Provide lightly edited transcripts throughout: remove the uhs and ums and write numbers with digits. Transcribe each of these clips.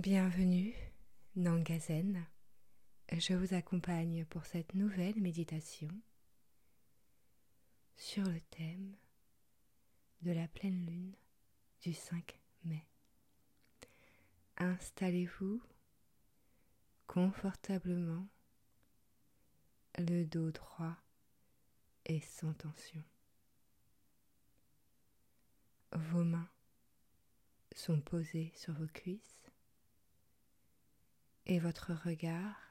Bienvenue dans Gazen. Je vous accompagne pour cette nouvelle méditation sur le thème de la pleine lune du 5 mai. Installez-vous confortablement, le dos droit et sans tension. Vos mains sont posées sur vos cuisses et votre regard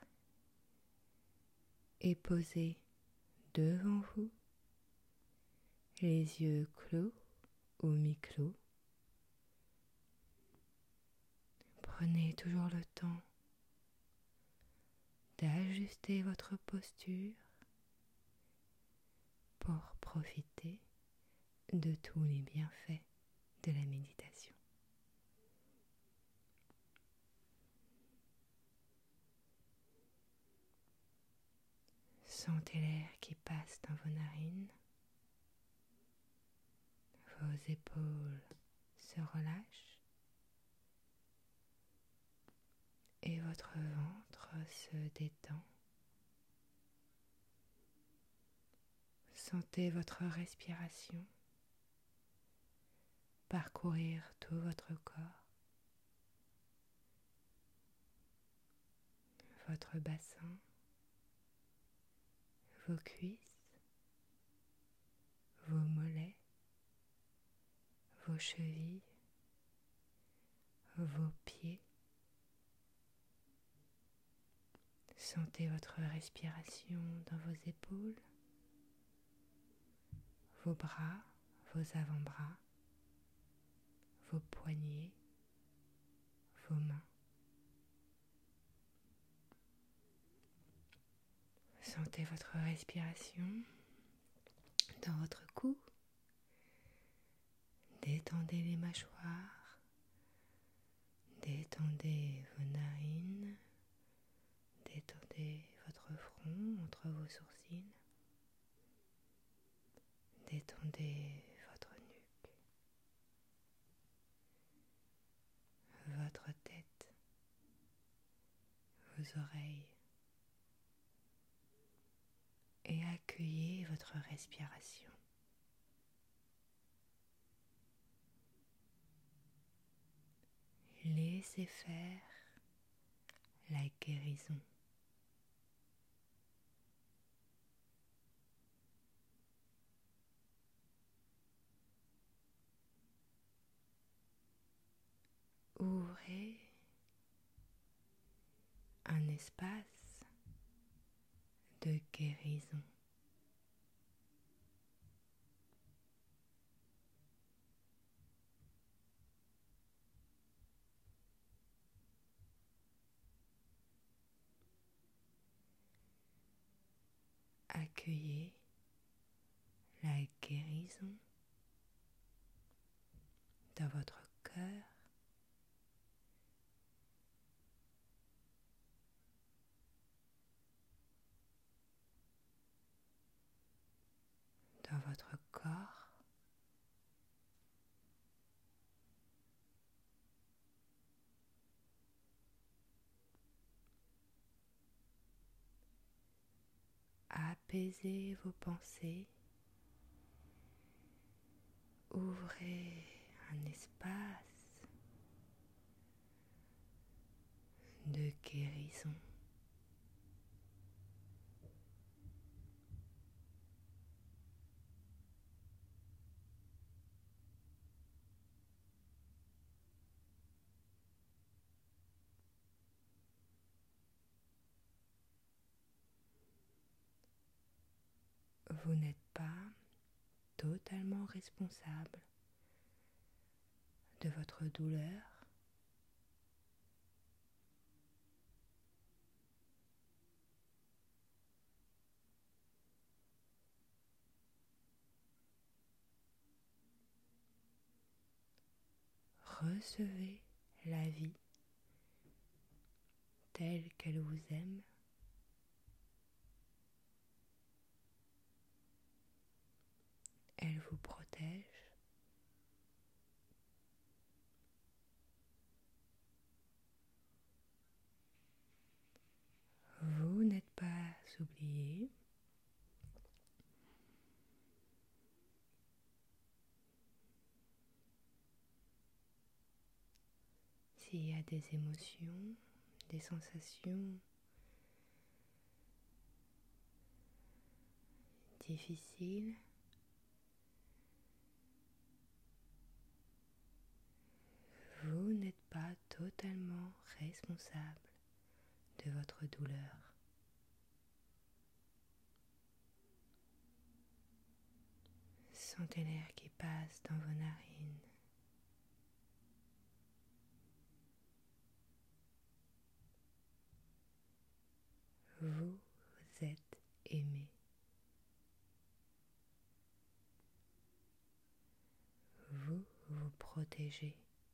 est posé devant vous, les yeux clos ou mi-clos. Prenez toujours le temps d'ajuster votre posture pour profiter de tous les bienfaits de la méditation. Sentez l'air qui passe dans vos narines. Vos épaules se relâchent et votre ventre se détend. Sentez votre respiration parcourir tout votre corps, votre bassin, vos cuisses, vos mollets, vos chevilles, vos pieds. Sentez votre respiration dans vos épaules, vos bras, vos avant-bras, vos poignets, vos mains. Sentez votre respiration dans votre cou. Détendez les mâchoires, détendez vos narines, détendez votre front entre vos sourcils, détendez votre nuque, votre tête, vos oreilles et accueillez votre respiration. Laissez faire la guérison. Ouvrez un espace de guérison. Accueillez la guérison dans votre cœur, dans votre corps, apaisez vos pensées, ouvrez un espace de guérison. Vous n'êtes pas totalement responsable de votre douleur. Recevez la vie telle qu'elle vous aime. Elle vous protège. oublier. S'il y a des émotions, des sensations difficiles, vous n'êtes pas totalement responsable de votre douleur. Sentez l'air qui passe dans vos narines. Vous êtes aimé. Vous vous protégez.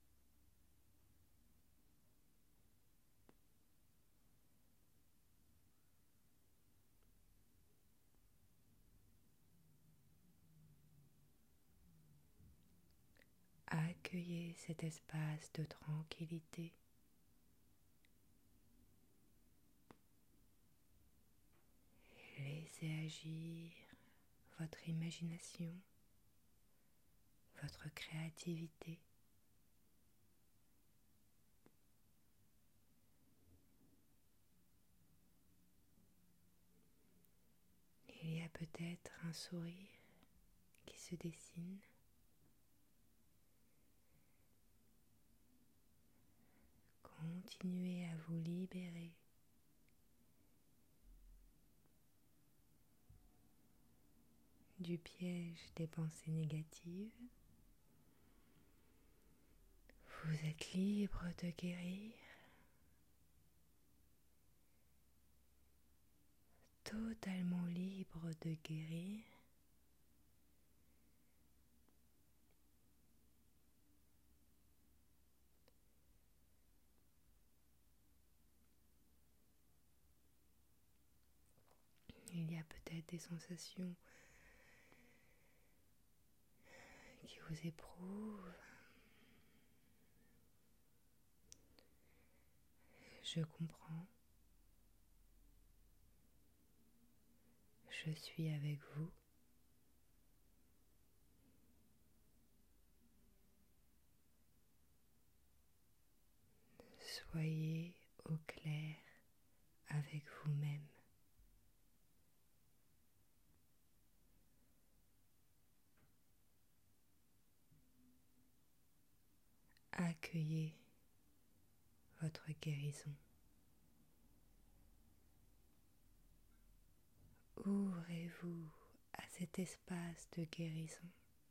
Accueillez cet espace de tranquillité. Laissez agir votre imagination, votre créativité. Il y a peut-être un sourire qui se dessine. Continuez à vous libérer du piège des pensées négatives. Vous êtes libre de guérir, totalement libre de guérir. Il y a peut-être des sensations qui vous éprouvent. Je comprends. Je suis avec vous. Soyez au clair avec vous-même. Accueillez votre guérison. Ouvrez-vous à cet espace de guérison.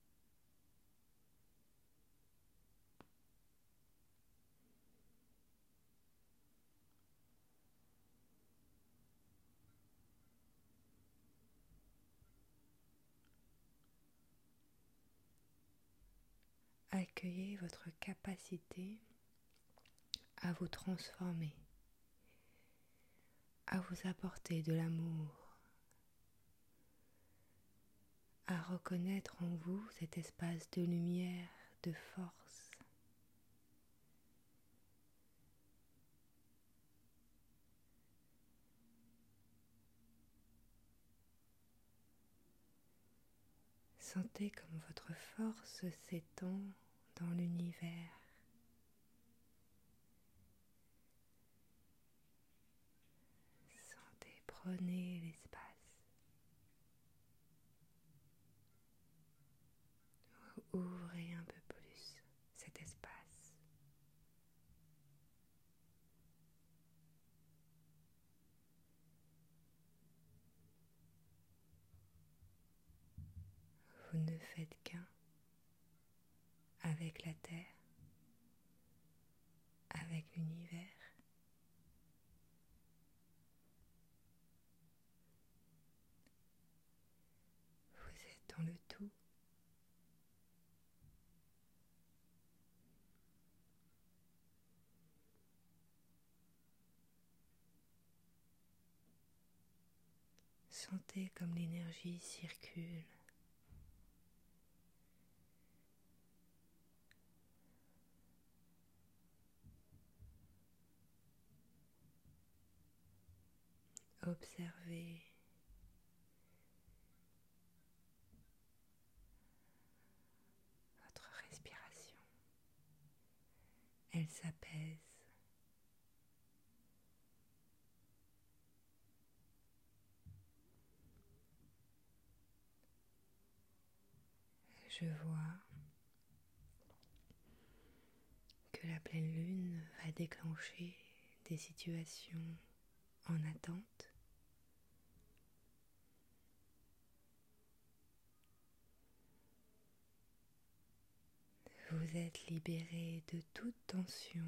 Accueillez votre capacité à vous transformer, à vous apporter de l'amour, à reconnaître en vous cet espace de lumière, de force. Sentez comme votre force s'étend dans l'univers. Sentez, prenez l'espace. Ouvrez un peu plus cet espace. Vous ne faites qu'un avec la terre, avec l'univers. Vous êtes dans le tout. Sentez comme l'énergie circule. observez votre respiration. Elle s'apaise. Je vois que la pleine lune va déclencher des situations en attente. Vous êtes libéré de toute tension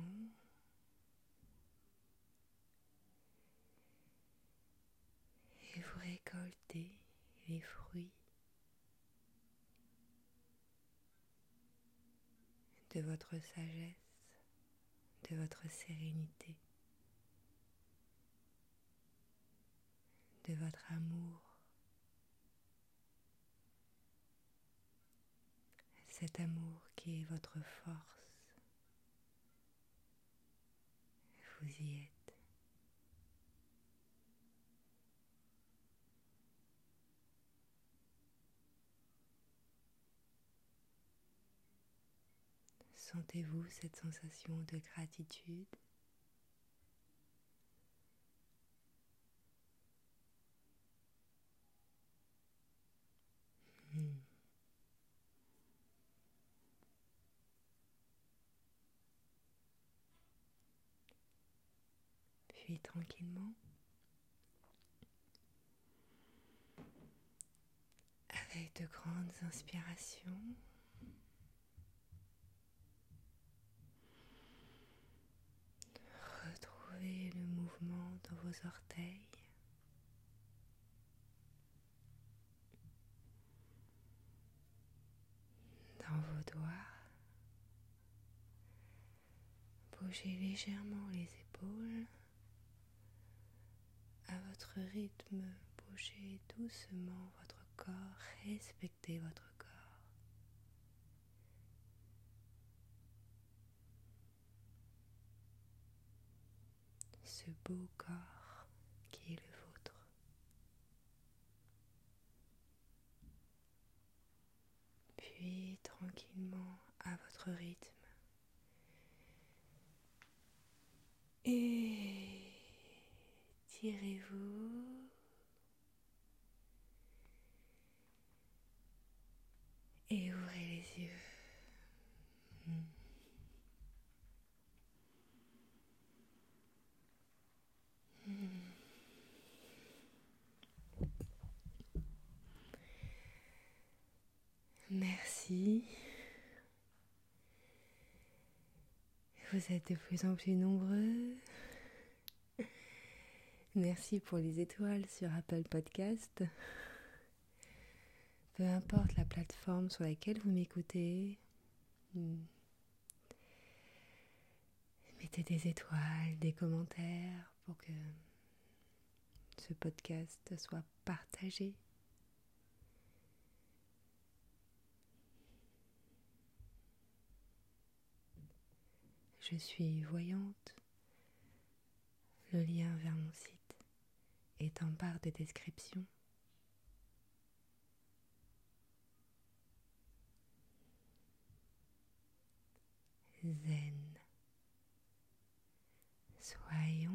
et vous récoltez les fruits de votre sagesse, de votre sérénité, de votre amour. Cet amour qui est votre force, vous y êtes. Sentez-vous cette sensation de gratitude? Puis tranquillement, avec de grandes inspirations, retrouvez le mouvement dans vos orteils. Dans vos doigts, bougez légèrement les épaules. À votre rythme, bougez doucement votre corps, respectez votre corps. Ce beau corps qui est le vôtre. Puis tranquillement, à votre rythme, étirez-vous et ouvrez les yeux. Merci. Vous êtes de plus en plus nombreux. Merci pour les étoiles sur Apple Podcast. Peu importe la plateforme sur laquelle vous m'écoutez, mettez des étoiles, des commentaires pour que ce podcast soit partagé. Je suis voyante. Le lien vers mon site est en barre de description. Zen. Soyons